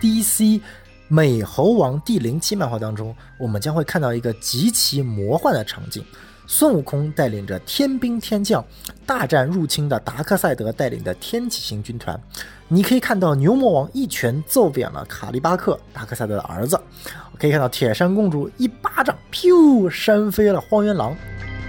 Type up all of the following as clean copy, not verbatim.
DC 美猴王第07漫画当中，我们将会看到一个极其魔幻的场景，孙悟空带领着天兵天将大战入侵的达克赛德带领的天启星军团。你可以看到牛魔王一拳揍扁了卡利巴克，达克赛德的儿子，可以看到铁扇公主一巴掌噗扇飞了荒原狼。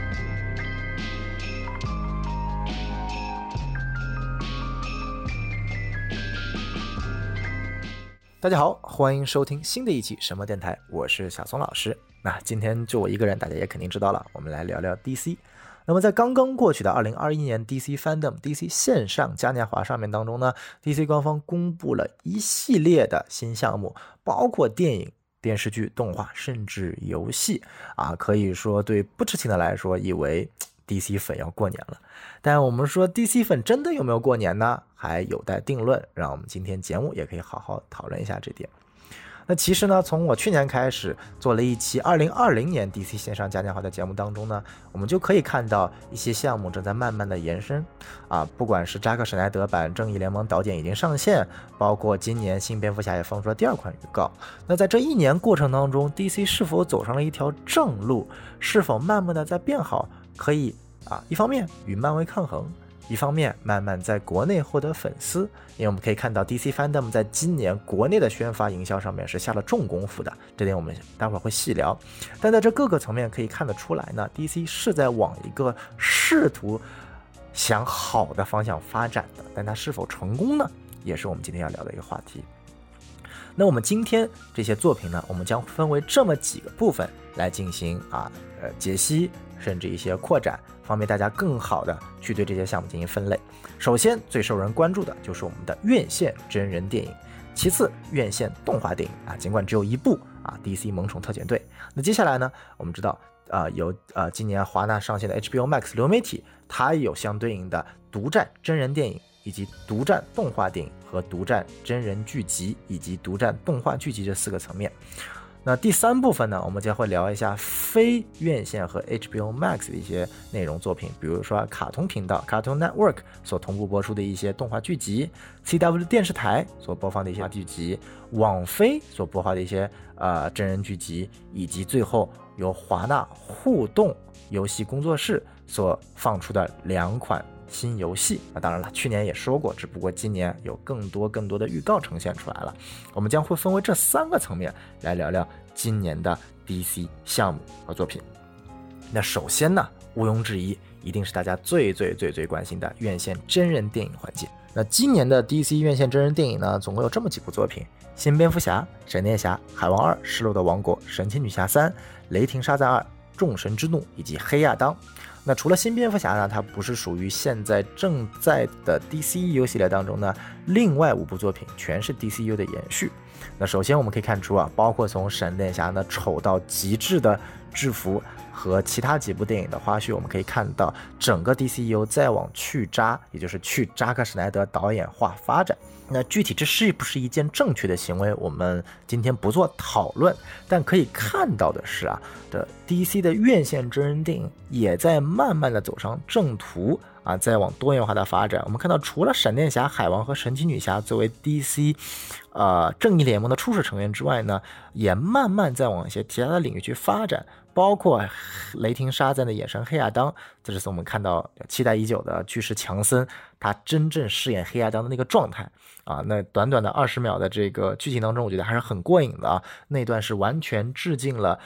大家好，欢迎收听新的一期什么电台，我是小松老师。那今天就我一个人，大家也肯定知道了，我们来聊聊 DC。那么在刚刚过去的2021年 DC Fandom DC 线上嘉年华上面当中呢， DC 官方公布了一系列的新项目，包括电影、电视剧、动画甚至游戏啊，可以说对不知情的来说以为 DC 粉要过年了。但我们说 DC 粉真的有没有过年呢？还有待定论，让我们今天节目也可以好好讨论一下这点。那其实呢，从我去年开始做了一期2020年 DC 线上嘉年华的节目当中呢，我们就可以看到一些项目正在慢慢的延伸啊，不管是扎克施耐德版正义联盟导演已经上线，包括今年新蝙蝠侠也放出了第2款预告。那在这一年过程当中， DC 是否走上了一条正路，是否慢慢的在变好，可以一方面与漫威抗衡，一方面慢慢在国内获得粉丝。因为我们可以看到 DC Fandom 在今年国内的宣发营销上面是下了重功夫的，这点我们待会儿会细聊。但在这各个层面可以看得出来呢， DC 是在往一个试图想好的方向发展的，但它是否成功呢，也是我们今天要聊的一个话题。那我们今天这些作品呢，我们将分为这么几个部分来进行解析，甚至一些扩展，方便大家更好的去对这些项目进行分类。首先最受人关注的就是我们的院线真人电影，其次院线动画电影尽管只有一部DC 萌宠特遣队。那接下来呢，我们知道由今年华纳上线的 HBO Max 流媒体，它有相对应的独占真人电影以及独占动画电影和独占真人剧集以及独占动画剧集这4个层面。那第3部分呢，我们将会聊一下非院线和 HBO Max 的一些内容作品，比如说卡通频道 Cartoon Network 所同步播出的一些动画剧集， CW 电视台所播放的一些剧集，网飞所播放的一些真人剧集，以及最后由华纳互动游戏工作室所放出的2款新游戏。当然了，去年也说过，只不过今年有更多的预告呈现出来了。我们将会分为这3个层面来聊聊今年的 DC 项目和作品。那首先呢，毋庸置疑，一定是大家最关心的院线真人电影环节。那今年的 DC 院线真人电影呢，总共有这么几部作品：新蝙蝠侠、闪电侠、海王2、失落的王国、神奇女侠3、雷霆沙赞2、众神之怒以及黑亚当。那除了新蝙蝠侠呢，它不是属于现在正在的 DCU 系列当中呢，另外5部作品全是 DCU 的延续。那首先我们可以看出包括从闪电侠呢丑到极致的制服和其他几部电影的花絮，我们可以看到整个 DCU 再往去扎，也就是去扎克施耐德导演化发展。那具体这是不是一件正确的行为，我们今天不做讨论，但可以看到的是这 DC 的院线真人电影也在慢慢的走上正途在往多元化的发展。我们看到除了闪电侠、海王和神奇女侠作为 DC 正义联盟的初始成员之外呢，也慢慢在往一些其他的领域去发展，包括雷霆沙赞的衍生黑亚当，这是我们看到期待已久的巨石强森他真正饰演黑亚当的那个状态那短短的20秒的这个剧情当中，我觉得还是很过瘾的那段是完全致敬了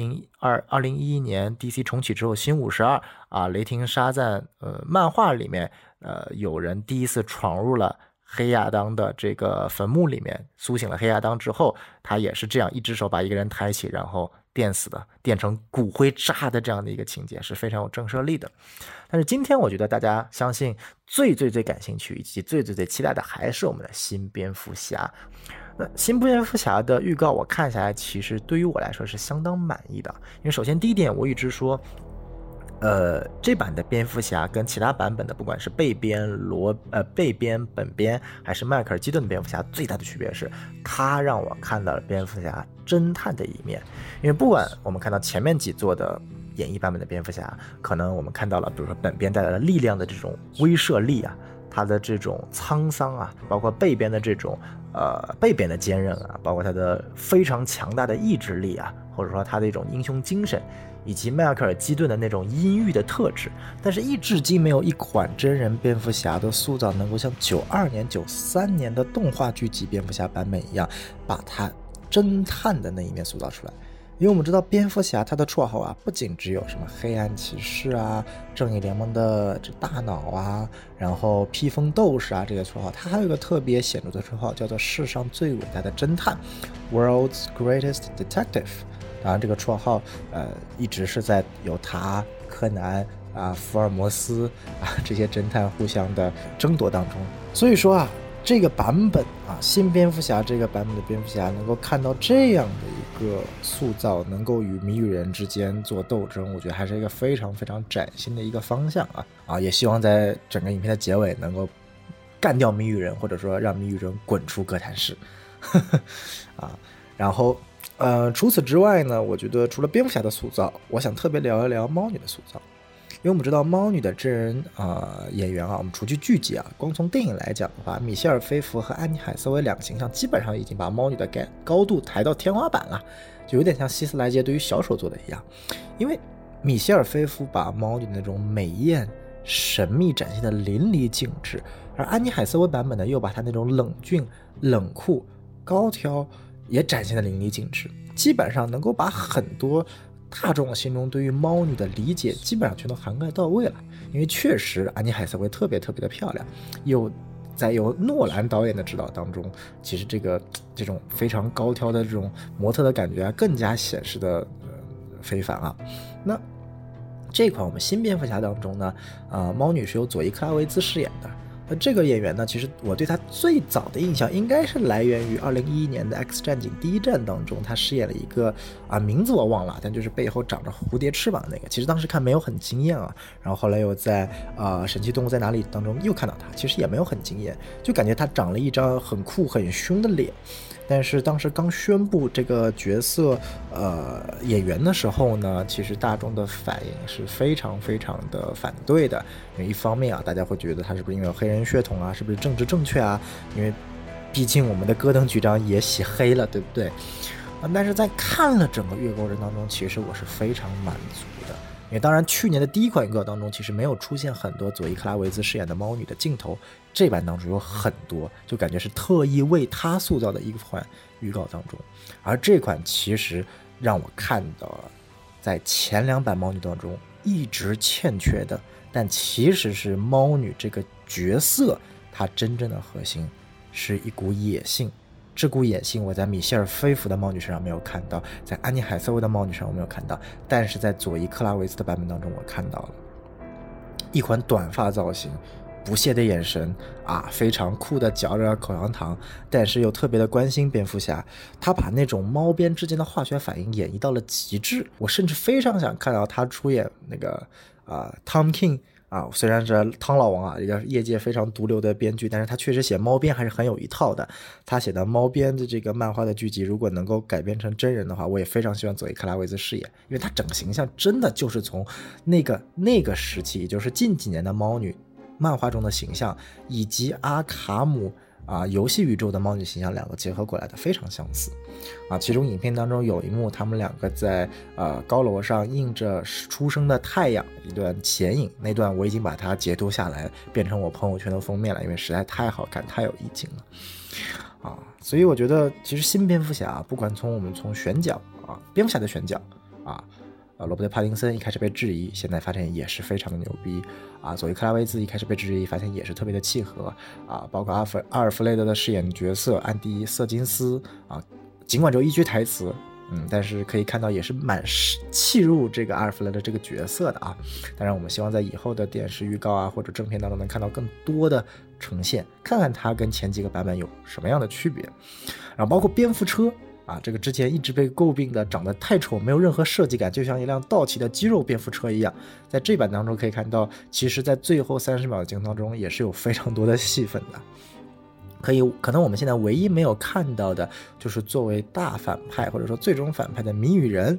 2011年 DC 重启之后新52雷霆沙赞漫画里面有人第一次闯入了黑亚当的这个坟墓里面，苏醒了黑亚当之后，他也是这样一只手把一个人抬起，然后电死的，电成骨灰渣的这样的一个情节，是非常有震慑力的。但是今天我觉得大家相信最感兴趣以及最期待的还是我们的新蝙蝠侠。那新蝙蝠侠的预告我看下来，其实对于我来说是相当满意的。因为首先第一点，我一直说这版的蝙蝠侠跟其他版本的不管是背边本边还是迈克尔基顿的蝙蝠侠，最大的区别是他让我看到了蝙蝠侠侦探的一面。因为不管我们看到前面几座的演绎版本的蝙蝠侠，可能我们看到了比如说本边带来了力量的这种威慑力他的这种沧桑啊，包括背边的这种背边的坚韧啊，包括他的非常强大的意志力啊，或者说他的一种英雄精神，以及迈克尔基顿的那种阴郁的特质，但是至今没有一款真人蝙蝠侠的塑造能够像92年、93年的动画剧集蝙蝠侠版本一样，把他侦探的那一面塑造出来。因为我们知道蝙蝠侠他的绰号啊，不仅只有什么黑暗骑士啊、正义联盟的这大脑啊，然后披风斗士啊这些绰号，他还有一个特别显著的绰号，叫做世上最伟大的侦探 ，World's Greatest Detective。当然，这个绰号一直是在由他、柯南啊、福尔摩斯啊这些侦探互相的争夺当中。所以说啊，这个版本啊，新蝙蝠侠这个版本的蝙蝠侠能够看到这样的一个塑造，能够与谜语人之间做斗争，我觉得还是一个非常非常崭新的一个方向啊！也希望在整个影片的结尾能够干掉谜语人，或者说让谜语人滚出哥谭市啊！然后除此之外呢，我觉得除了蝙蝠侠的塑造，我想特别聊一聊猫女的塑造。因为我们知道猫女的真人演员啊，我们除去剧集啊，光从电影来讲的话，米歇尔·菲弗和安妮·海瑟薇两个形象基本上已经把猫女的高度抬到天花板了，就有点像希斯莱杰对于小丑做的一样。因为米歇尔·菲弗把猫女的那种美艳神秘展现的淋漓尽致，而安妮·海瑟薇版本呢，又把她那种冷峻、冷酷、高挑也展现的淋漓尽致，基本上能够把很多大众心中对于猫女的理解基本上全都涵盖到位了。因为确实安妮海瑟薇特别特别的漂亮，在由诺兰导演的指导当中，其实这种非常高挑的这种模特的感觉更加显示的非凡啊。那这款我们新蝙蝠侠当中呢，猫女是由佐伊·克拉维兹饰演的。这个演员呢，其实我对他最早的印象应该是来源于2011年的 X 战警第一战当中，他饰演了一个名字我忘了，但就是背后长着蝴蝶翅膀的那个，其实当时看没有很惊艳啊，然后后来又在神奇动物在哪里当中又看到他，其实也没有很惊艳，就感觉他长了一张很酷很凶的脸。但是当时刚宣布这个角色演员的时候呢，其实大众的反应是非常非常的反对的。因为一方面啊，大家会觉得他是不是因为有黑人血统啊，是不是政治正确啊？因为毕竟我们的戈登局长也洗黑了，对不对？但是在看了整个预告片当中，其实我是非常满足的。因为当然去年的第一款预告当中其实没有出现很多佐伊·克拉维兹饰演的猫女的镜头，这版当中有很多，就感觉是特意为她塑造的一款预告当中。而这款其实让我看到了在前2版猫女当中一直欠缺的，但其实是猫女这个角色它真正的核心是一股野性。这股野性我在米歇尔·菲弗的猫女身上没有看到，在安妮·海瑟薇的猫女身上我没有看到，但是在佐伊·克拉维兹的版本当中我看到了一款短发造型，不屑的眼神非常酷的嚼着口香糖，但是又特别的关心蝙蝠侠。他把那种猫边之间的化学反应演绎到了极致，我甚至非常想看到他出演那个Tom King虽然是汤老王一个业界非常毒瘤的编剧，但是他确实写猫边还是很有一套的。他写的猫边的这个漫画的剧集，如果能够改编成真人的话，我也非常希望佐伊·克拉维兹饰演，因为他整个形象真的就是从那个时期，也就是近几年的猫女漫画中的形象，以及阿卡姆游戏宇宙的猫女形象两个结合过来的非常相似其中影片当中有一幕他们两个在高楼上映着初升的太阳一段剪影，那段我已经把它截图下来变成我朋友圈的封面了，因为实在太好看太有意境了所以我觉得其实新蝙蝠侠不管我们从选角蝙蝠侠的选角罗伯特·帕丁森一开始被质疑，现在发现也是非常的牛逼佐伊·克拉维兹一开始被质疑，发现也是特别的契合包括阿尔弗雷德的饰演角色安迪·瑟金斯尽管只有一句台词但是可以看到也是蛮契入这个阿尔弗雷德这个角色的当然我们希望在以后的电视预告或者正片当中能看到更多的呈现，看看它跟前几个版本有什么样的区别。然后包括蝙蝠车这个之前一直被诟病的长得太丑，没有任何设计感，就像一辆倒骑的肌肉蝙蝠车一样，在这版当中可以看到，其实在最后30秒的镜头当中也是有非常多的戏份的。可能我们现在唯一没有看到的就是作为大反派或者说最终反派的谜语人，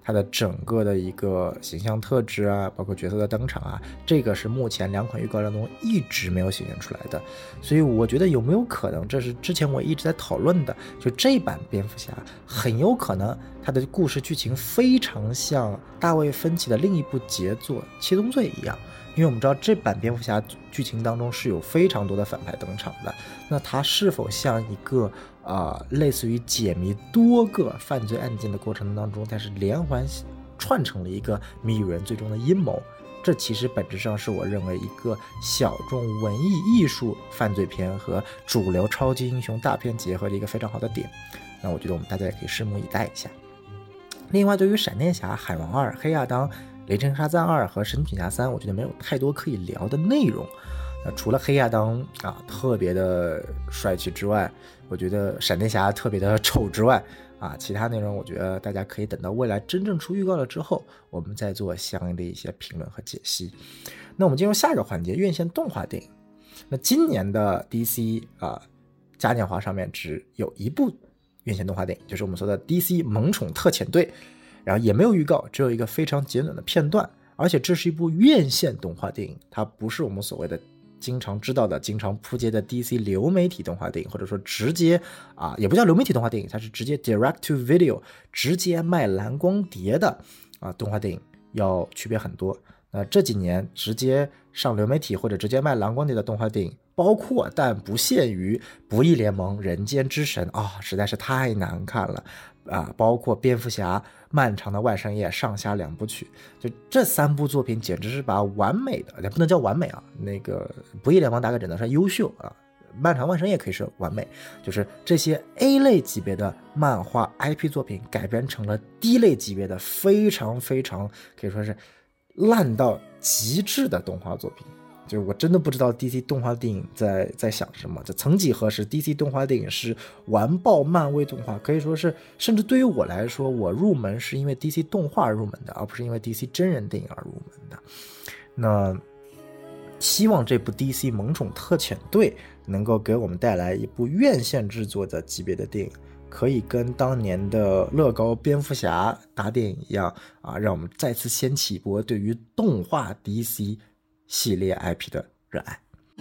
它的整个的一个形象特质啊，包括角色的登场啊，这个是目前2款预告当中一直没有显现出来的。所以我觉得有没有可能，这是之前我一直在讨论的，就这版蝙蝠侠很有可能它的故事剧情非常像大卫芬奇的另一部杰作《七宗罪》一样。因为我们知道这版蝙蝠侠剧情当中是有非常多的反派登场的，那它是否像一个类似于解谜多个犯罪案件的过程当中，但是连环串成了一个谜语人最终的阴谋？这其实本质上是我认为一个小众文艺艺术犯罪片和主流超级英雄大片结合的一个非常好的点。那我觉得我们大家也可以拭目以待一下。另外，对于闪电侠、海王2、黑亚当、雷神沙赞2和神奇侠3，我觉得没有太多可以聊的内容。除了黑亚当特别的帅气之外，我觉得闪电侠特别的丑之外其他内容我觉得大家可以等到未来真正出预告了之后，我们再做相应的一些评论和解析。那我们进入下一个环节，院线动画电影。那今年的 DC 嘉年华上面只有一部院线动画电影，就是我们说的 DC 萌宠特遣队，然后也没有预告，只有一个非常简短的片段，而且这是一部院线动画电影，它不是我们所谓的经常知道的、经常扑街的 DC 流媒体动画电影，或者说直接也不叫流媒体动画电影，它是直接 direct to video， 直接卖蓝光碟的动画电影要区别很多。这几年直接上流媒体或者直接卖蓝光碟的动画电影，包括但不限于不义联盟、人间之神实在是太难看了包括蝙蝠侠、漫长的万圣夜上下2部曲，就这3部作品简直是把完美的，也不能叫完美那个不义联盟大概只能算优秀漫长万圣夜可以是完美，就是这些 A 类级别的漫画 IP 作品改编成了 D 类级别的非常非常可以说是烂到极致的动画作品。就是我真的不知道 DC 动画电影在想什么。这曾几何时 DC 动画电影是完爆漫威动画，可以说是甚至对于我来说，我入门是因为 DC 动画入门的，而不是因为 DC 真人电影而入门的。那希望这部 DC 萌宠特遣队能够给我们带来一部院线制作的级别的电影，可以跟当年的乐高蝙蝠侠大电影一样让我们再次掀起一波对于动画 DC 系列 IP 的热爱。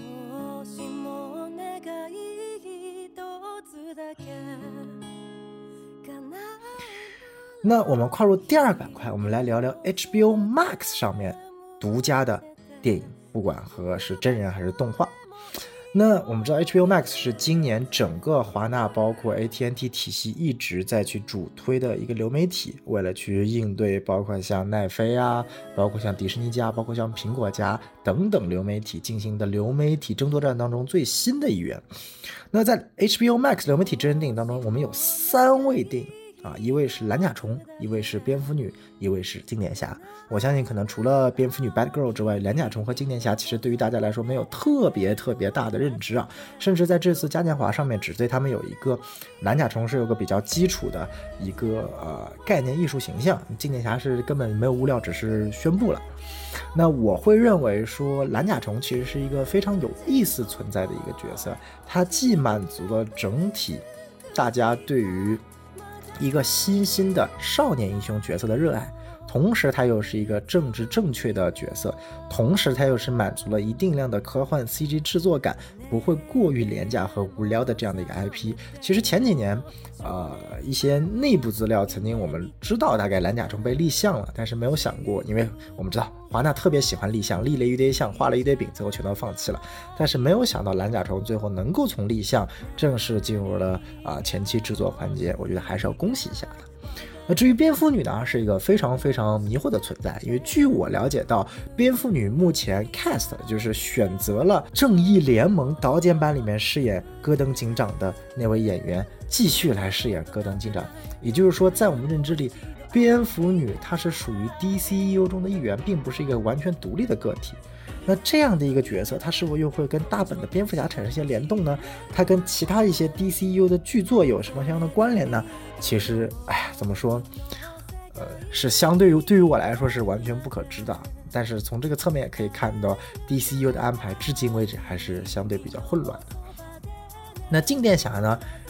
那我们跨入第2板块，我们来聊聊 HBO Max 上面独家的电影，不管和是真人还是动画。那我们知道 HBO Max 是今年整个华纳包括 AT&T 体系一直在去主推的一个流媒体，为了去应对包括像奈飞包括像迪士尼家，包括像苹果家等等流媒体进行的流媒体争夺战当中最新的一员。那在 HBO Max 流媒体真人电影当中，我们有3位电影一位是蓝甲虫，一位是蝙蝠女，一位是经典侠。我相信可能除了蝙蝠女 Bad Girl 之外，蓝甲虫和经典侠其实对于大家来说没有特别大的认知甚至在这次嘉年华上面只对他们有一个蓝甲虫是有个比较基础的一个概念艺术形象，经典侠是根本没有物料，只是宣布了。那我会认为说蓝甲虫其实是一个非常有意思存在的一个角色，它既满足了整体大家对于一个新兴的少年英雄角色的热爱，同时它又是一个政治正确的角色，同时它又是满足了一定量的科幻 CG 制作感，不会过于廉价和无聊的这样的一个 IP。 其实前几年一些内部资料曾经我们知道大概蓝甲虫被立项了，但是没有想过，因为我们知道华纳特别喜欢立项，立了一堆项，画了一堆饼，最后全都放弃了，但是没有想到蓝甲虫最后能够从立项正式进入了前期制作环节，我觉得还是要恭喜一下的。那至于蝙蝠女呢，是一个非常迷惑的存在，因为据我了解到，蝙蝠女目前 cast 就是选择了正义联盟刀剑版里面饰演戈登警长的那位演员继续来饰演戈登警长，也就是说在我们认知里，蝙蝠女她是属于 DCEU 中的一员，并不是一个完全独立的个体。那这样的一个角色，它是否又会跟大本的蝙蝠侠产生一些联动呢？它跟其他一些 DCEU 的剧作有什么样的关联呢？其实怎么说是相对于我来说是完全不可知的，但是从这个侧面也可以看到 DCEU 的安排至今为止还是相对比较混乱的。那静电侠呢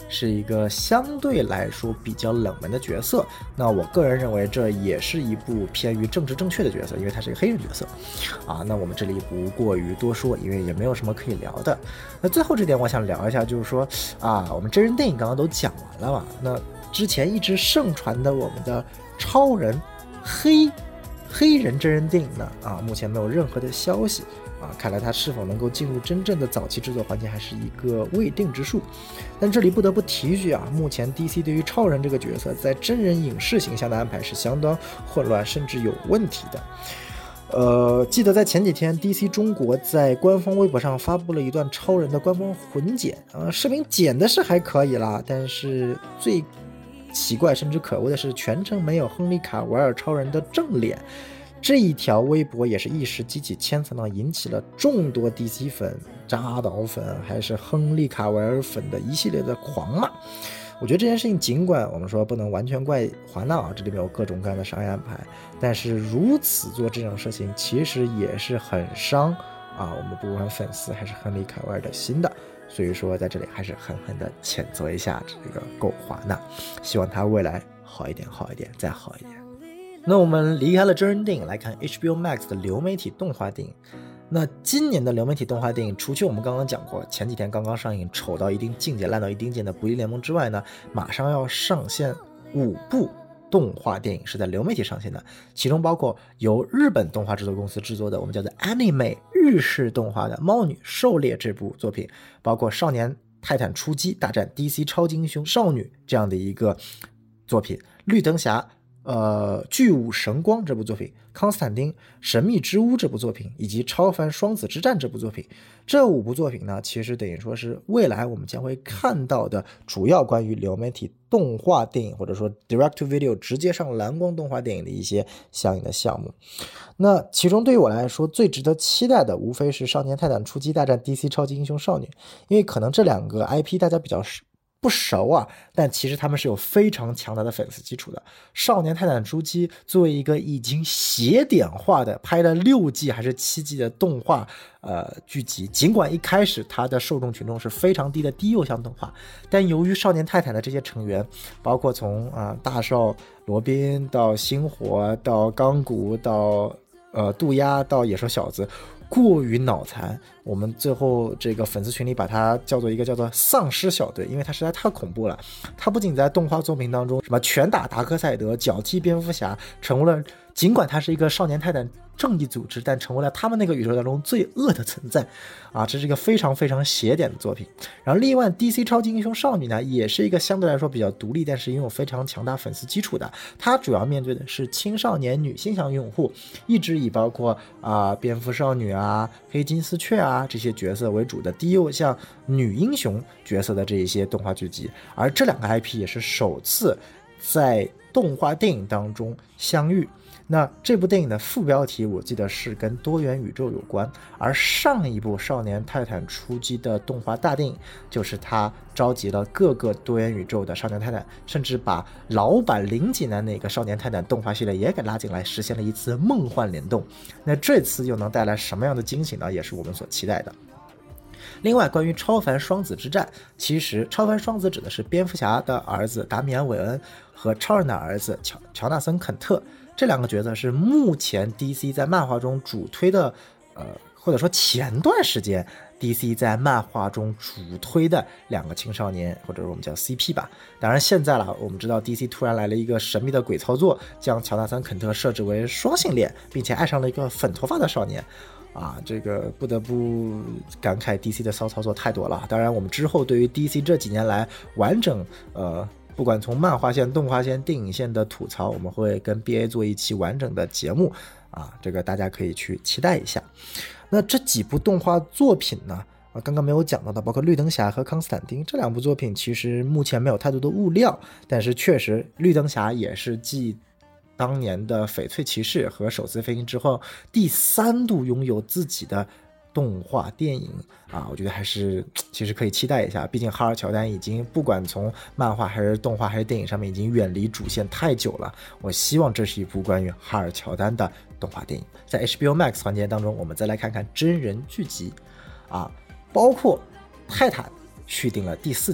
是一个相对来说比较冷门的角色。那我个人认为这也是一部偏于政治正确的角色，因为他是一个黑人角色啊。那我们这里不过于多说，因为也没有什么可以聊的。那最后这点我想聊一下，就是说啊，我们真人电影刚刚都讲完了嘛，那之前一直盛传的我们的超人黑人真人电影呢啊，目前没有任何的消息啊，看来它是否能够进入真正的早期制作环节还是一个未定之数。但这里不得不提一句啊，目前 DC 对于超人这个角色在真人影视形象的安排是相当混乱甚至有问题的。记得在前几天 DC 中国在官方微博上发布了一段超人的官方混剪视频剪的是还可以啦，但是最奇怪甚至可恶的是全程没有亨利卡维尔超人的正脸。这一条微博也是一时激起千层浪，引起了众多 DC 粉、扎导粉还是亨利卡维尔粉的一系列的狂骂。我觉得这件事情尽管我们说不能完全怪华纳这里面有各种各样的商业安排，但是如此做这种事情其实也是很伤我们不管粉丝还是亨利卡维尔的心的。所以说在这里还是狠狠的谴责一下这个狗华纳，希望他未来好一点再好一点。那我们离开了真人电影来看 HBO Max 的流媒体动画电影。那今年的流媒体动画电影，除去我们刚刚讲过前几天刚刚上映丑到一定境界烂到一定境界的不义联盟之外呢，马上要上线5部动画电影是在流媒体上线的，其中包括由日本动画制作公司制作的我们叫做 Anime 日式动画的猫女狩猎这部作品，包括少年泰坦出击大战 DC 超级英雄少女这样的一个作品，绿灯侠巨武神光这部作品，康斯坦丁神秘之屋这部作品，以及超凡双子之战这部作品。这5部作品呢，其实等于说是未来我们将会看到的主要关于流媒体动画电影或者说 direct to video 直接上蓝光动画电影的一些相应的项目。那其中对于我来说最值得期待的无非是少年泰坦出击大战 DC 超级英雄少女，因为可能这2个 IP 大家比较不熟但其实他们是有非常强大的粉丝基础的。少年泰坦出击作为一个已经写点化的拍了6季还是7季的动画剧集，尽管一开始它的受众群众是非常低的低幼向动画，但由于少年泰坦的这些成员，包括从大少罗宾到星火到钢骨到渡鸦到野兽小子过于脑残，我们最后这个粉丝群里把它叫做一个叫做丧尸小队，因为它实在太恐怖了。它不仅在动画作品当中什么拳打达克赛德脚踢蝙蝠侠，成为了尽管它是一个少年泰坦正义组织，但成为了他们那个宇宙当中最恶的存在这是一个非常非常邪典的作品。然后另外 DC 超级英雄少女呢，也是一个相对来说比较独立但是拥有非常强大粉丝基础的，它主要面对的是青少年女性向用户，一直以包括蝙蝠少女黑金丝雀这些角色为主的低幼向女英雄角色的这一些动画剧集，而这2个 IP 也是首次在动画电影当中相遇。那这部电影的副标题我记得是跟多元宇宙有关，而上一部少年泰坦出击的动画大电影就是他召集了各个多元宇宙的少年泰坦，甚至把老版零几年那个少年泰坦动画系列也给拉进来，实现了一次梦幻联动。那这次又能带来什么样的惊喜呢，也是我们所期待的。另外关于超凡双子之战，其实超凡双子指的是蝙蝠侠的儿子达米安·韦恩和超人的儿子乔纳森·肯特，这2个角色是目前 DC 在漫画中主推的或者说前段时间 DC 在漫画中主推的2个青少年，或者说我们叫 CP 吧。当然现在我们知道 DC 突然来了一个神秘的鬼操作，将乔纳森·肯特设置为双性恋，并且爱上了一个粉头发的少年这个不得不感慨 DC 的骚操作太多了。当然我们之后对于 DC 这几年来完整不管从漫画线、动画线、电影线的吐槽，我们会跟 BA 做一期完整的节目这个大家可以去期待一下。那这几部动画作品呢刚刚没有讲到的，包括绿灯侠和康斯坦丁这2部作品，其实目前没有太多的物料，但是确实绿灯侠也是继当年的翡翠骑士和首次飞行之后第3度拥有自己的动画电影我觉得还是其实可以期待一下。毕竟哈尔乔丹已经不管从漫画还是动画还是电影上面已经远离主线太久了，我希望这是一部关于哈尔乔丹的动画电影。在 HBO Max 环节当中，我们再来看看真人剧集包括泰坦续订了第4季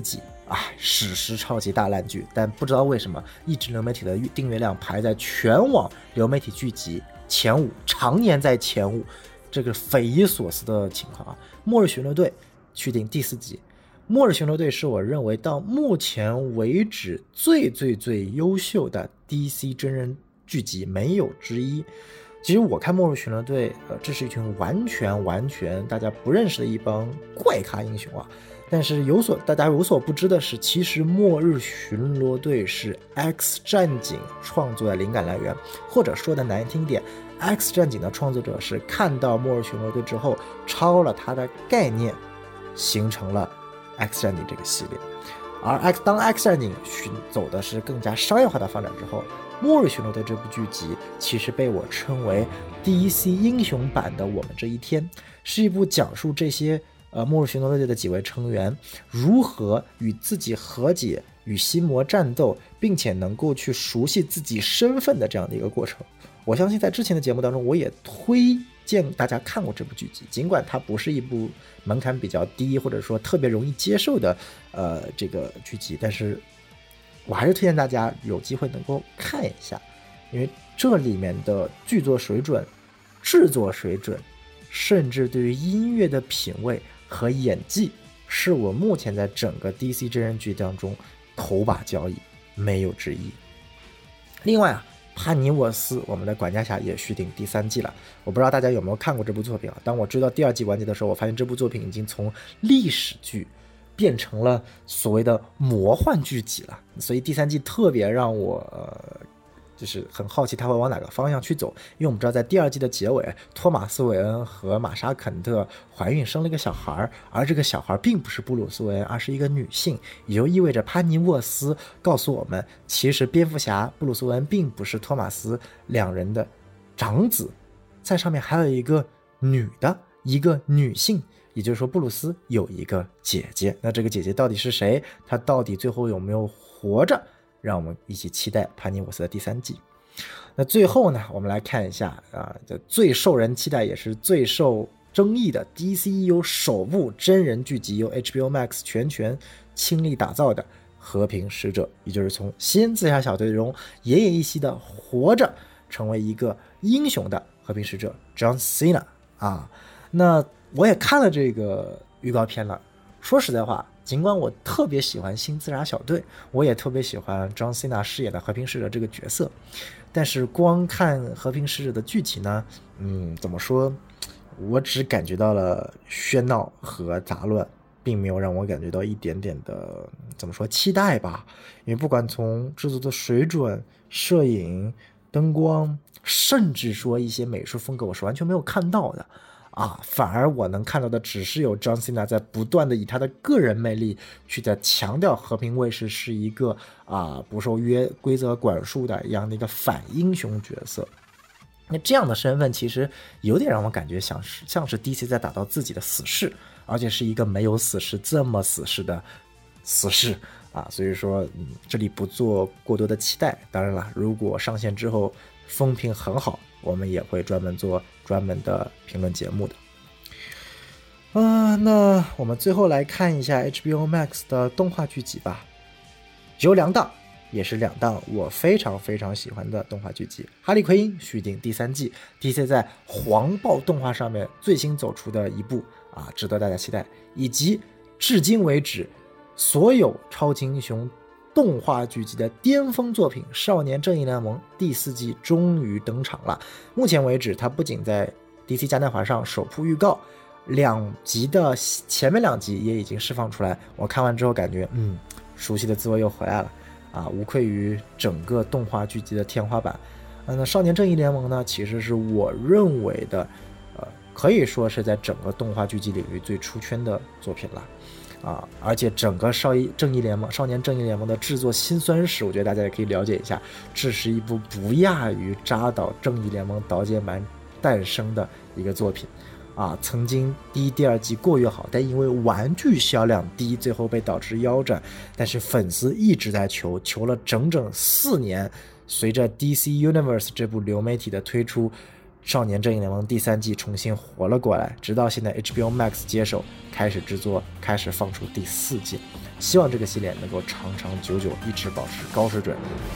史诗超级大烂剧，但不知道为什么一直流媒体的订阅量排在全网流媒体剧集前5，常年在前5，这个匪夷所思的情况啊！末日巡逻队续订第4季，末日巡逻队是我认为到目前为止最优秀的 DC 真人剧集，没有之一。其实我看末日巡逻队，这是一群完全大家不认识的一帮怪咖英雄啊。但是大家有所不知的是，其实末日巡逻队是 X 战警创作的灵感来源，或者说的难听点， X 战警的创作者是看到末日巡逻队之后抄了他的概念，形成了 X 战警这个系列。而当 X 战警走的是更加商业化的发展之后，末日巡逻队这部剧集其实被我称为 DC 英雄版的我们这一天，是一部讲述这些末日巡逻队的几位成员如何与自己和解，与心魔战斗，并且能够去熟悉自己身份的这样的一个过程。我相信在之前的节目当中我也推荐大家看过这部剧集，尽管它不是一部门槛比较低或者说特别容易接受的这个剧集，但是我还是推荐大家有机会能够看一下，因为这里面的剧作水准、制作水准，甚至对于音乐的品味和演技，是我目前在整个 DC 真人剧当中头把交椅，没有之一。另外啊，帕尼沃斯我们的管家侠也续订第3季了，我不知道大家有没有看过这部作品啊？当我知道第2季完结的时候，我发现这部作品已经从历史剧变成了所谓的魔幻剧集了，所以第3季特别让我就是很好奇他会往哪个方向去走。因为我们知道在第2季的结尾，托马斯·韦恩和玛莎·肯特怀孕生了一个小孩，而这个小孩并不是布鲁斯·韦恩，而是一个女性，也就意味着潘尼沃斯告诉我们，其实蝙蝠侠布鲁斯·韦恩并不是托马斯两人的长子，在上面还有一个一个女性，也就是说布鲁斯有一个姐姐。那这个姐姐到底是谁？她到底最后有没有活着？让我们一起期待潘尼沃斯的第3季。那最后呢，我们来看一下最受人期待也是最受争议的 DCEU 首部真人剧集，由 HBO Max 全权倾力打造的和平使者，也就是从新自杀小队中奄奄一息的活着成为一个英雄的和平使者 John Cena 啊。那我也看了这个预告片了，说实在话，尽管我特别喜欢新自杀小队，我也特别喜欢 John Cena 饰演的和平使者这个角色，但是光看和平使者的剧情呢，怎么说，我只感觉到了喧闹和杂乱，并没有让我感觉到一点点的怎么说期待吧。因为不管从制作的水准、摄影、灯光，甚至说一些美术风格，我是完全没有看到的反而我能看到的只是有 John Cena 在不断的以他的个人魅力去在强调和平卫士是一个不受规则管束的一样的一个反英雄角色。那这样的身份其实有点让我感觉像是 DC 在打造自己的死士，而且是一个没有死士这么死士的死士所以说这里不做过多的期待。当然了，如果上线之后风评很好，我们也会专门做专门的评论节目的。那我们最后来看一下 HBO Max 的动画剧集吧，有2档，也是2档我非常喜欢的动画剧集。哈利奎因续订第3季， DC 在黄暴动画上面最新走出的一部值得大家期待，以及至今为止所有超级英雄动画剧集的巅峰作品《少年正义联盟》第4季终于登场了。目前为止，它不仅在 DC 嘉年华上首铺预告，2集的前面2集也已经释放出来。我看完之后感觉，熟悉的滋味又回来了无愧于整个动画剧集的天花板。那《少年正义联盟》呢，其实是我认为的，可以说是在整个动画剧集领域最出圈的作品了。而且整个少年正义联盟的制作辛酸史，我觉得大家也可以了解一下。这是一部不亚于扎导正义联盟导剪版诞生的一个作品曾经第1、第2季过于好，但因为玩具销量低，最后被导致腰斩。但是粉丝一直在求了整整4年，随着 DC Universe 这部流媒体的推出， 少年正义联盟第3季重新活了过来，直到现在 HBO Max 接手开始制作，开始放出第4季，希望这个系列能够长长久久一直保持高水准。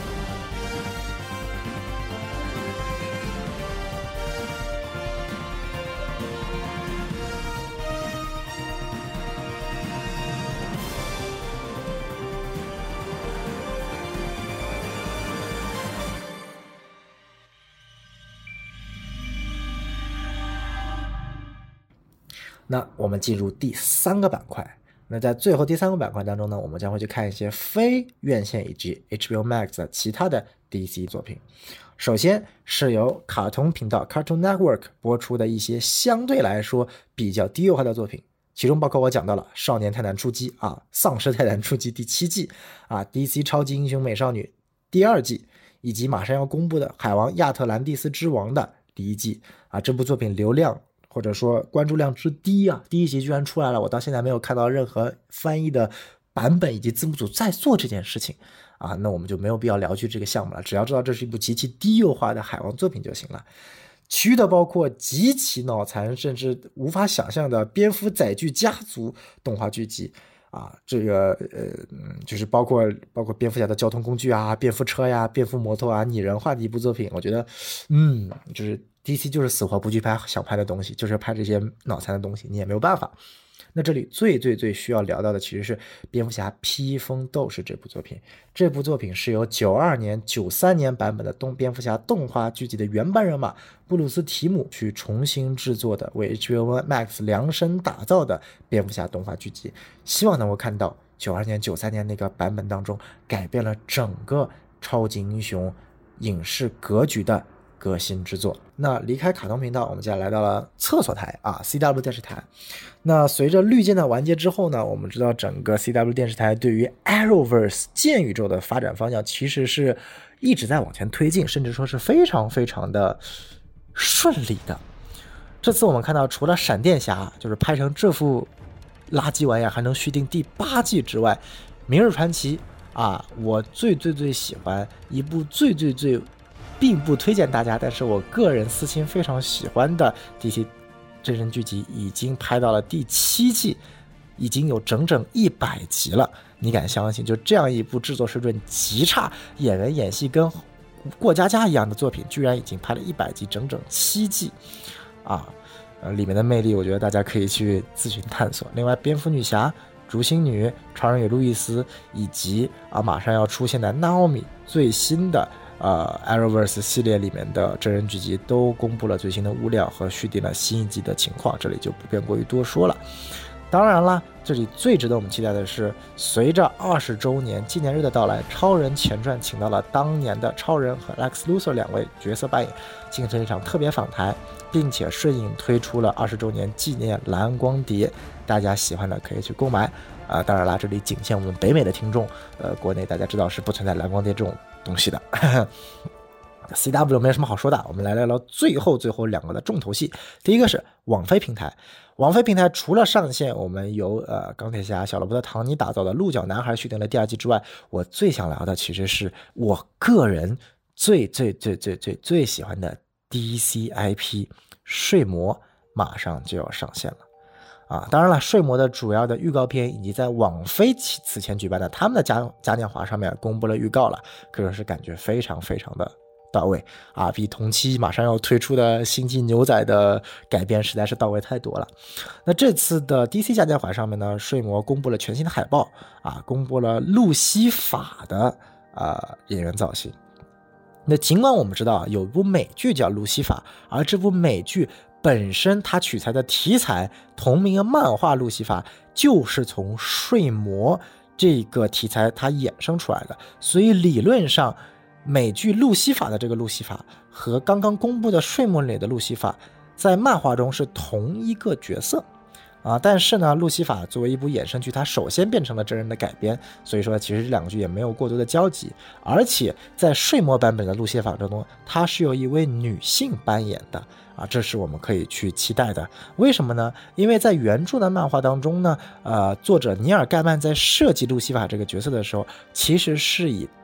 那我们进入第3个板块，那在最后第3个板块当中呢，我们将会去看一些非院线以及 HBO Max 的其他的 DC 作品。首先是由卡通频道 Cartoon Network 播出的一些相对来说比较低幼化的作品，其中包括我讲到了少年泰坦出击啊，丧尸泰坦出击第7季啊， DC 超级英雄美少女第2季，以及马上要公布的海王亚特兰蒂斯之王的第1季啊，这部作品流量或者说关注量之低啊，第1集居然出来了，我到现在没有看到任何翻译的版本以及字幕组在做这件事情啊，那我们就没有必要聊去这个项目了，只要知道这是一部极其低幼化的海王作品就行了。其余的包括极其脑残甚至无法想象的蝙蝠载具家族动画剧集啊，这个就是包括蝙蝠侠的交通工具啊，蝙蝠车呀，蝙蝠摩托啊，拟人化的一部作品，我觉得就是 DC 就是死活不去拍想拍的东西，就是拍这些脑残的东西，你也没有办法。那这里最需要聊到的其实是蝙蝠侠披风斗士这部作品。这部作品是由92年、93年版本的蝙蝠侠动画剧集的原班人马布鲁斯·提姆去重新制作的，为 HBO Max 量身打造的蝙蝠侠动画剧集，希望能够看到92年、93年那个版本当中改变了整个超级英雄影视格局的革新之作。那离开卡通频道，我们接下来来到了厕所台啊 CW 电视台。那随着绿箭的完结之后呢，我们知道整个 CW 电视台对于 Arrowverse 剑宇宙的发展方向其实是一直在往前推进，甚至说是非常的顺利的。这次我们看到除了闪电侠就是拍成这副垃圾玩意还能续订第8季之外，明日传奇啊，我最喜欢一部最并不推荐大家，但是我个人私心非常喜欢的 DC 真人剧集已经拍到了第7季，已经有整整100集了。你敢相信就这样一部制作水准极差，演员演戏跟过家家一样的作品，居然已经拍了100集，整整7季啊！里面的魅力我觉得大家可以去自行探索。另外蝙蝠女侠、竹星女、超人与路易斯，以及马上要出现的 Naomi 最新的Arrowverse 系列里面的真人剧集都公布了最新的物料和续订了新一季的情况，这里就不便过于多说了。当然啦，这里最值得我们期待的是，随着20周年纪念日的到来，超人前传请到了当年的超人和 Lex Luthor 2位角色扮演，进行了一场特别访谈，并且顺应推出了20周年纪念蓝光碟，大家喜欢的可以去购买。当然啦，这里仅限我们北美的听众，国内大家知道是不存在蓝光碟这种东西的。CW 没有什么好说的，我们来聊聊最后2个的重头戏。第一个是网飞平台，网飞平台除了上线我们由钢铁侠小罗伯特唐尼打造的鹿角男孩续订了第2季之外，我最想聊的其实是我个人最喜欢的 DC IP 睡魔马上就要上线了。当然了，睡魔的主要的预告片以及在网飞此前举办的他们的嘉年华上面公布了预告了，个人是感觉非常的到位比同期马上要推出的星际牛仔的改编实在是到位太多了。那这次的 DC 嘉年华上面呢，睡魔公布了全新的海报公布了路西法的演员造型。那尽管我们知道有一部美剧叫路西法，而这部美剧本身它取材的题材同名的漫画路西法就是从睡魔这个题材它衍生出来的，所以理论上美剧路西法的这个路西法和刚刚公布的睡魔里的路西法在漫画中是同一个角色但是呢，路西法作为一部衍生剧，它首先变成了真人的改编，所以说其实这2个剧也没有过多的交集。而且在睡魔版本的路西法中，它是由一位女性扮演的这是我们可以去期待的。为什么呢？因为在原著的漫画当中呢，作者尼尔盖曼在设计路西法这个角色的时候，其实是以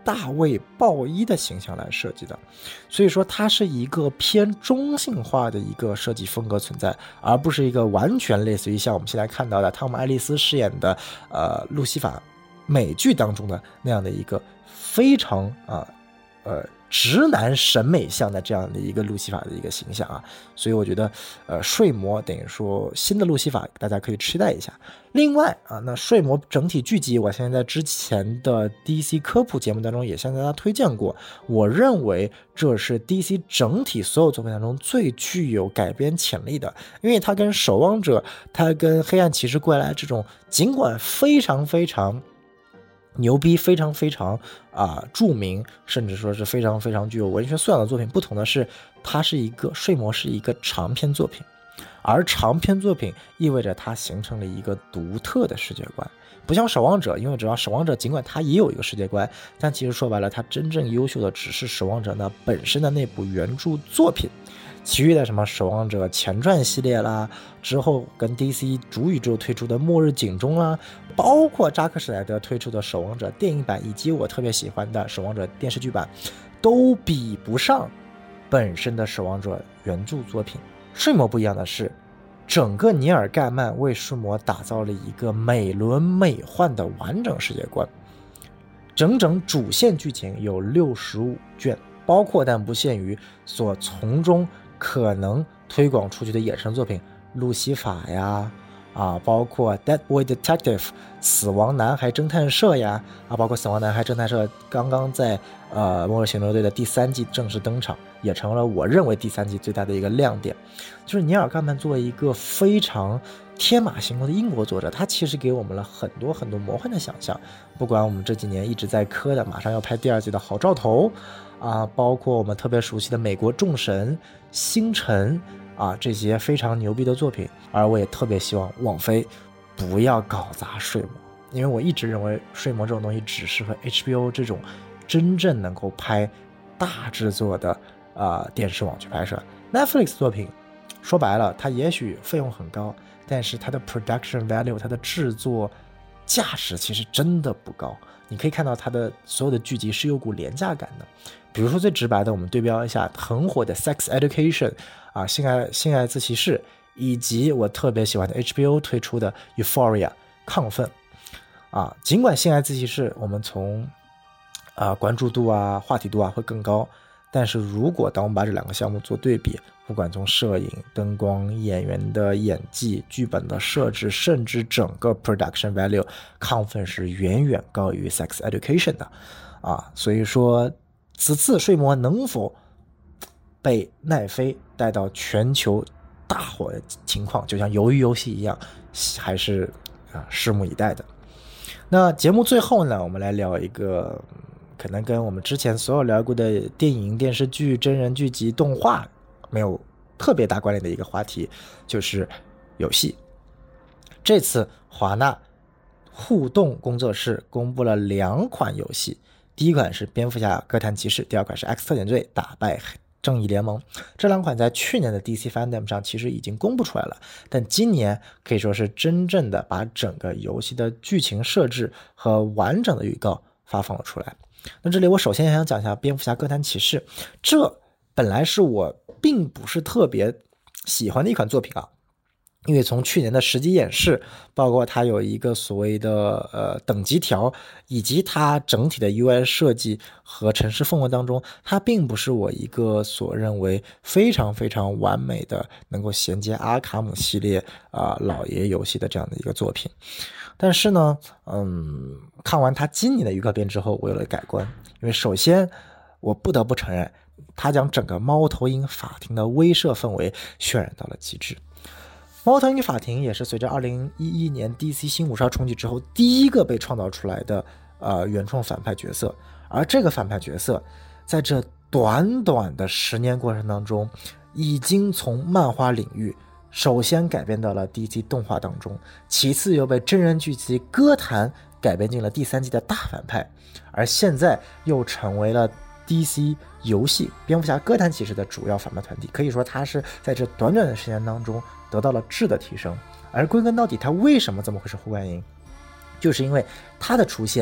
大卫鲍伊的形象来设计的，所以说它是一个偏中性化的一个设计风格存在，而不是一个完全类似于像我们现在看到的汤姆·爱丽丝饰演的路西法美剧当中的那样的一个非常直男审美向的这样的一个路西法的一个形象啊，所以我觉得睡魔等于说新的路西法大家可以期待一下。另外啊，那睡魔整体剧集我现在在之前的 DC 科普节目当中也向大家推荐过，我认为这是 DC 整体所有作品当中最具有改编潜力的，因为它跟守望者，它跟黑暗骑士归来这种尽管非常非常牛逼，非常非常著名，甚至说是非常非常具有文学素养的作品，不同的是它是一个睡魔是一个长篇作品，而长篇作品意味着它形成了一个独特的世界观，不像守望者，因为只要守望者尽管它也有一个世界观，但其实说白了它真正优秀的只是守望者那本身的那部原著作品，其余的什么守望者前传系列啦，之后跟 DC 主宇宙推出的末日警钟啦，包括扎克史奈德推出的守望者电影版，以及我特别喜欢的守望者电视剧版，都比不上本身的守望者原著作品。睡魔不一样的是，整个尼尔盖曼为睡魔打造了一个美轮美奂的完整世界观，整整主线剧情有65卷，包括但不限于所从中可能推广出去的衍生作品，路西法呀，包括 Dead Boy Detective 死亡男孩侦探社呀，包括死亡男孩侦探社刚刚在末日行动队的第3季正式登场，也成了我认为第3季最大的一个亮点。就是尼尔盖曼作为一个非常天马行空的英国作者，他其实给我们了很多很多魔幻的想象，不管我们这几年一直在磕的马上要拍第2季的好兆头包括我们特别熟悉的美国众神、星辰这些非常牛逼的作品。而我也特别希望网飞不要搞砸睡魔，因为我一直认为睡魔这种东西只适合 HBO 这种真正能够拍大制作的电视网去拍摄。 Netflix 作品说白了它也许费用很高，但是它的 production value 它的制作价值其实真的不高，你可以看到它的所有的剧集是有股廉价感的。比如说最直白的，我们对标一下很火的 Sex Education 性爱自习室，以及我特别喜欢的 HBO 推出的 Euphoria 亢奋尽管性爱自习室我们从关注度话题度会更高，但是如果当我们把这2个项目做对比，不管从摄影、灯光、演员的演技、剧本的设置，甚至整个 production value， 亢奋是远远高于 Sex Education 的所以说此次睡魔能否被奈飞带到全球大火的情况，就像鱿鱼游戏一样，还是拭目以待的。那节目最后呢，我们来聊一个可能跟我们之前所有聊过的电影、电视剧、真人剧集、动画没有特别大关联的一个话题，就是游戏。这次华纳互动工作室公布了2款游戏，第一款是蝙蝠侠哥谭骑士，第2款是 X 特遣队打败正义联盟。这2款在去年的 DC Fandom 上其实已经公布出来了，但今年可以说是真正的把整个游戏的剧情设置和完整的预告发放了出来。那这里我首先想讲一下蝙蝠侠哥谭骑士，这本来是我并不是特别喜欢的一款作品因为从去年的实际演示，包括它有一个所谓的等级条，以及它整体的 UI 设计和城市氛围当中，它并不是我一个所认为非常非常完美的能够衔接阿卡姆系列老爷游戏的这样的一个作品。但是呢看完它今年的预告片之后，我有了改观。因为首先我不得不承认，它将整个猫头鹰法庭的威慑氛围渲染到了极致。猫头鹰法庭也是随着2011年 DC 新五十二重启之后第一个被创造出来的原创反派角色，而这个反派角色在这短短的10年过程当中，已经从漫画领域首先改编到了 DC 动画当中，其次又被真人剧集歌坛改编进了第3季的大反派，而现在又成为了 DC 游戏蝙蝠侠哥谭骑士的主要反派团体。可以说他是在这短短的时间当中得到了质的提升。而归根到底他为什么这么会是呼冠赢，就是因为他的出现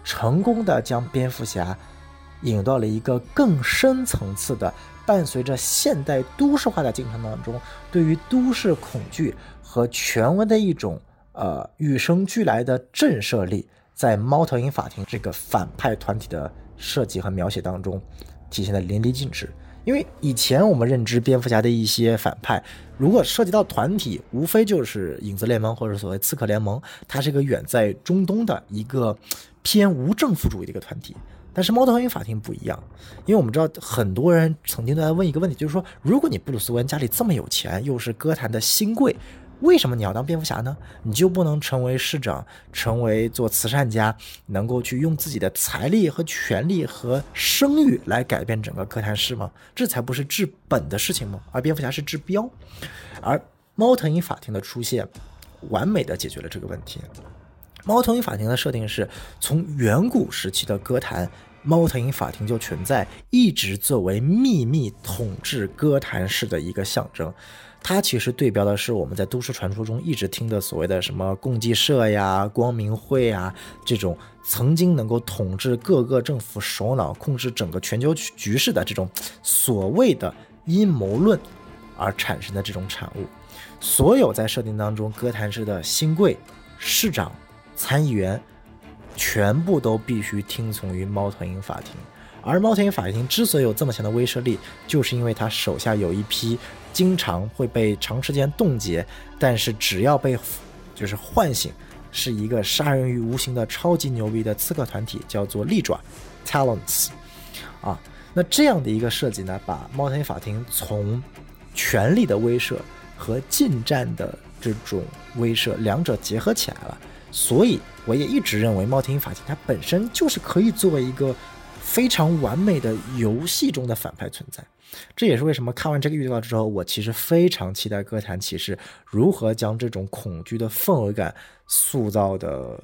成功的将蝙蝠侠引到了一个更深层次的，伴随着现代都市化的进程当中，对于都市恐惧和权威的一种与生俱来的震慑力，在猫头鹰法庭这个反派团体的设计和描写当中体现的淋漓尽致。因为以前我们认知蝙蝠侠的一些反派，如果涉及到团体，无非就是影子联盟或者所谓刺客联盟，它是一个远在中东的一个偏无政府主义的一个团体。但是猫头鹰法庭不一样，因为我们知道很多人曾经都在问一个问题，就是说，如果你布鲁斯韦恩家里这么有钱，又是哥谭的新贵，为什么你要当蝙蝠侠呢？你就不能成为市长，成为做慈善家，能够去用自己的财力和权力和声誉来改变整个哥谭市吗？这才不是治本的事情吗？而蝙蝠侠是治标，而猫头鹰法庭的出现完美的解决了这个问题。猫头鹰法庭的设定是从远古时期的哥谭，猫头鹰法庭就存在，一直作为秘密统治哥谭市的一个象征。它其实对标的是我们在都市传说中一直听的所谓的什么共济社呀、光明会啊，这种曾经能够统治各个政府首脑、控制整个全球局势的这种所谓的阴谋论而产生的这种产物。所有在设定当中哥谭市的新贵、市长、参议员全部都必须听从于猫头鹰法庭。而猫头鹰法庭之所以有这么强的威慑力，就是因为他手下有一批经常会被长时间冻结，但是只要被就是唤醒，是一个杀人于无形的超级牛逼的刺客团体，叫做利爪 Talons 啊。那这样的一个设计呢，把猫头鹰法庭从权力的威慑和近战的这种威慑两者结合起来了。所以我也一直认为猫头鹰法庭它本身就是可以作为一个非常完美的游戏中的反派存在。这也是为什么看完这个预告之后，我其实非常期待哥谭骑士如何将这种恐惧的氛围感塑造的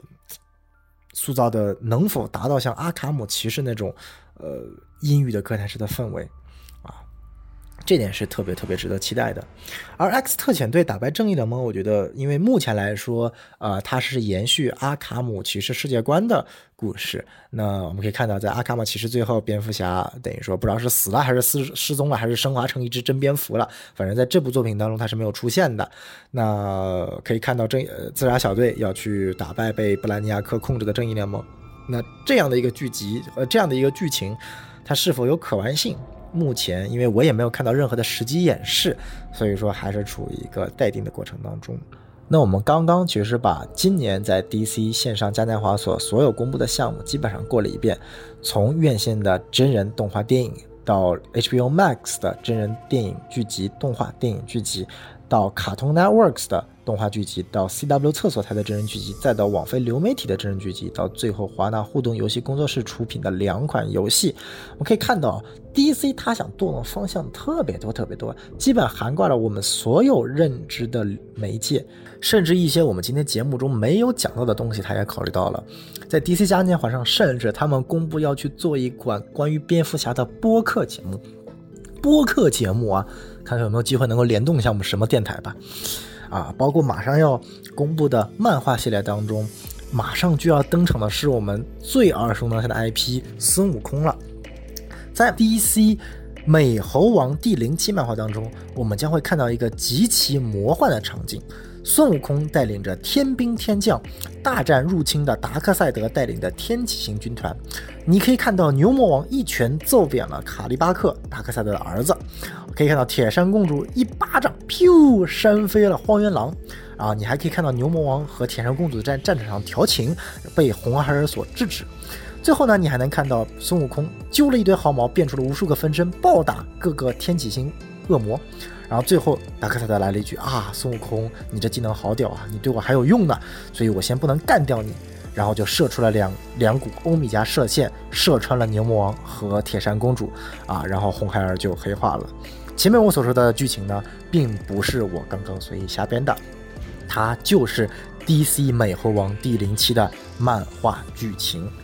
能否达到像阿卡姆骑士那种阴郁的哥谭市的氛围啊，这点是特别特别值得期待的。而 X 特遣队打败正义联盟，我觉得因为目前来说它是延续阿卡姆骑士世界观的故事。那我们可以看到在阿卡姆骑士最后，蝙蝠侠等于说不知道是死了还是失踪了，还是升华成一只真蝙蝠了，反正在这部作品当中它是没有出现的。那可以看到自杀小队要去打败被布兰尼亚克控制的正义联盟。那这样的一个剧集这样的一个剧情，它是否有可玩性？目前因为我也没有看到任何的实际演示，所以说还是处于一个待定的过程当中。那我们刚刚其实把今年在 DC 线上嘉年华所有公布的项目基本上过了一遍，从院线的真人动画电影，到 HBO Max 的真人电影剧集、动画电影剧集，到 Cartoon Networks 的动画剧集，到 CW 厕所台的真人剧集，再到网飞流媒体的真人剧集，到最后华纳互动游戏工作室出品的2款游戏。我们可以看到 DC 它想动的方向特别多，基本涵盖了我们所有认知的媒介，甚至一些我们今天节目中没有讲到的东西它也考虑到了。在 DC 嘉年华上，甚至他们公布要去做一款关于蝙蝠侠的播客节目啊，看看有没有机会能够联动一下我们什么电台吧。包括马上要公布的漫画系列当中，马上就要登场的是我们最耳熟能详的 IP 孙悟空了。在 DC 美猴王第07漫画当中，我们将会看到一个极其魔幻的场景，孙悟空带领着天兵天将大战入侵的达克赛德带领的天启星军团。你可以看到牛魔王一拳揍扁了卡利巴克，达克赛德的儿子。可以看到铁扇公主一巴掌噗扇飞了荒原狼你还可以看到牛魔王和铁扇公主在战场上调情，被红孩儿所制止。最后呢，你还能看到孙悟空揪了一堆毫毛，变出了无数个分身，暴打各个天启星恶魔。然后最后达克赛德来了一句孙悟空，你这技能好屌啊，你对我还有用呢，所以我先不能干掉你。然后就射出了两股欧米伽射线，射穿了牛魔王和铁扇公主然后红孩儿就黑化了。前面我所说的剧情呢，并不是我刚刚随意瞎编的，它就是 DC 美猴王第07的漫画剧情。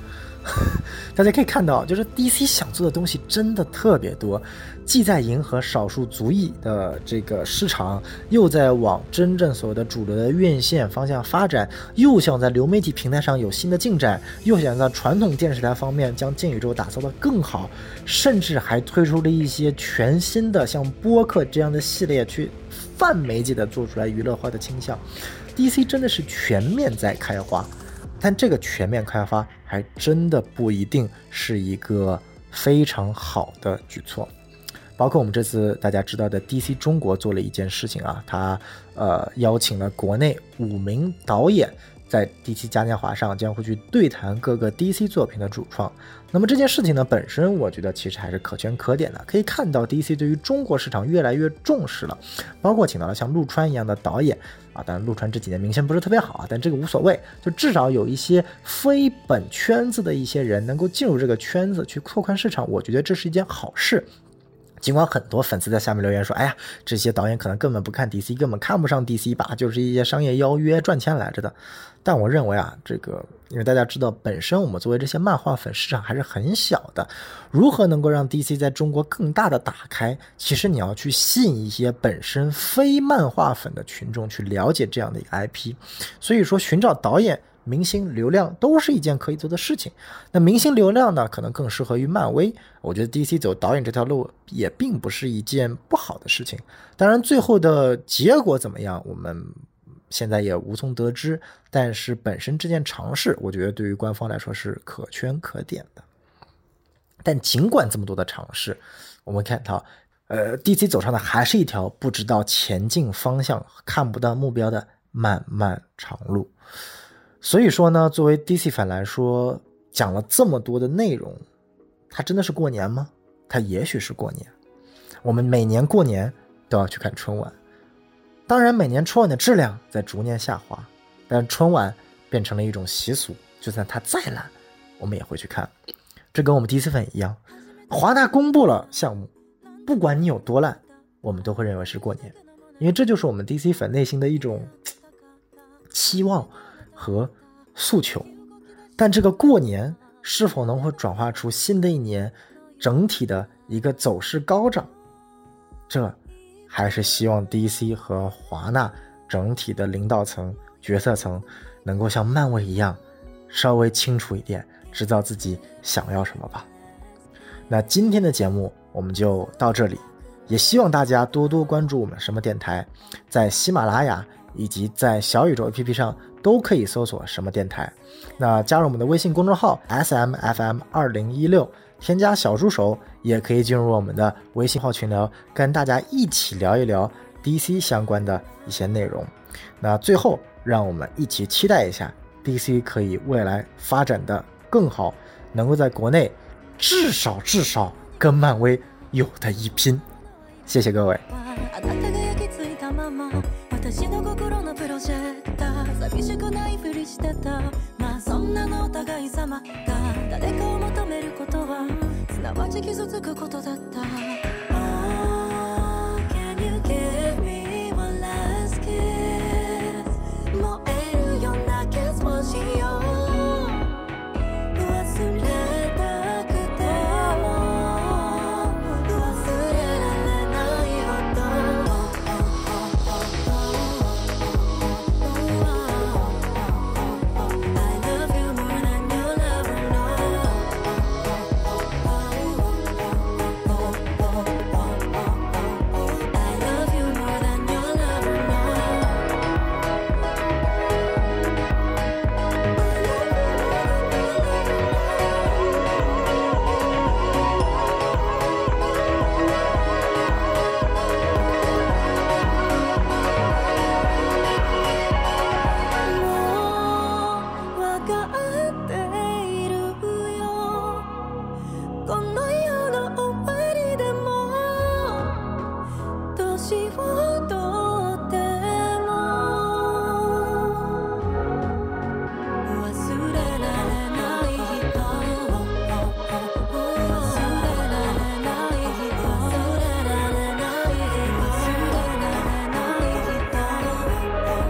大家可以看到，就是 DC 想做的东西真的特别多，既在迎合少数族裔的这个市场，又在往真正所谓的主流的院线方向发展，又想在流媒体平台上有新的进展，又想在传统电视台方面将剑宇宙打造得更好，甚至还推出了一些全新的像播客这样的系列，去泛媒介的做出来娱乐化的倾向。DC 真的是全面在开花，但这个全面开发还真的不一定是一个非常好的举措。包括我们这次大家知道的 DC 中国做了一件事情啊，他邀请了国内5名导演在 DC 嘉年华上将会去对谈各个 DC 作品的主创。那么这件事情呢，本身我觉得其实还是可圈可点的，可以看到 DC 对于中国市场越来越重视了，包括请到了像陆川一样的导演啊，当然陆川这几年名声不是特别好啊，但这个无所谓，就至少有一些非本圈子的一些人能够进入这个圈子去拓宽市场，我觉得这是一件好事。尽管很多粉丝在下面留言说，哎呀，这些导演可能根本不看 DC， 根本看不上 DC 吧，就是一些商业邀约赚钱来着的。但我认为啊，这个因为大家知道本身我们作为这些漫画粉市场还是很小的，如何能够让 DC 在中国更大的打开，其实你要去吸引一些本身非漫画粉的群众去了解这样的一个 IP。 所以说寻找导演、明星流量都是一件可以做的事情。那明星流量呢，可能更适合于漫威，我觉得 DC 走导演这条路也并不是一件不好的事情。当然最后的结果怎么样我们现在也无从得知，但是本身这件尝试我觉得对于官方来说是可圈可点的。但尽管这么多的尝试，我们看到DC 走上的还是一条不知道前进方向、看不到目标的漫漫长路。所以说呢，作为 DC 粉来说，讲了这么多的内容，它真的是过年吗？它也许是过年。我们每年过年都要去看春晚，当然每年春晚的质量在逐年下滑，但春晚变成了一种习俗，就算它再烂我们也会去看。这跟我们 DC 粉一样，华纳公布了项目，不管你有多烂，我们都会认为是过年，因为这就是我们 DC 粉内心的一种期望和诉求。但这个过年是否能够转化出新的一年整体的一个走势高涨，这还是希望 DC 和华纳整体的领导层、决策层能够像漫威一样稍微清楚一点，知道自己想要什么吧。那今天的节目我们就到这里，也希望大家多多关注我们什么电台，在喜马拉雅以及在小宇宙 APP 上都可以搜索什么电台。那加入我们的微信公众号 SMFM2016， 添加小助手，也可以进入我们的微信号群聊，跟大家一起聊一聊 DC 相关的一些内容。那最后让我们一起期待一下 DC 可以未来发展的更好，能够在国内至少跟漫威有的一拼。谢谢各位。寂しくないふりしてた、まあそんなのお互い様が誰かを求めることはすなわち傷つくことだった。 Oh, can you give me one last kiss、 燃えるようなキスをしよう、忘れたくても忘れられないほ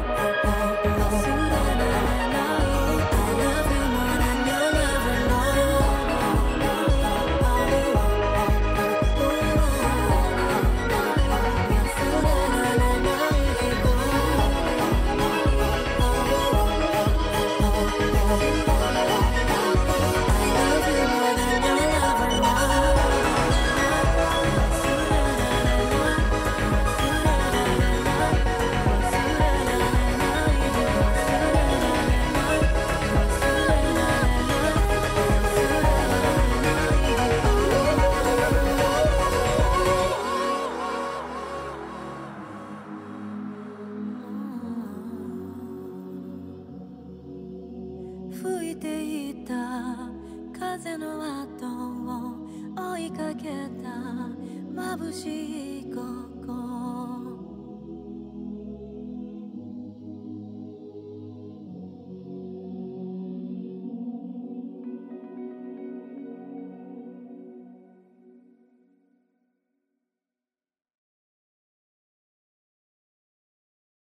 ど。I love you more than you'll ever know. いていた風の後を追いかけた眩しい心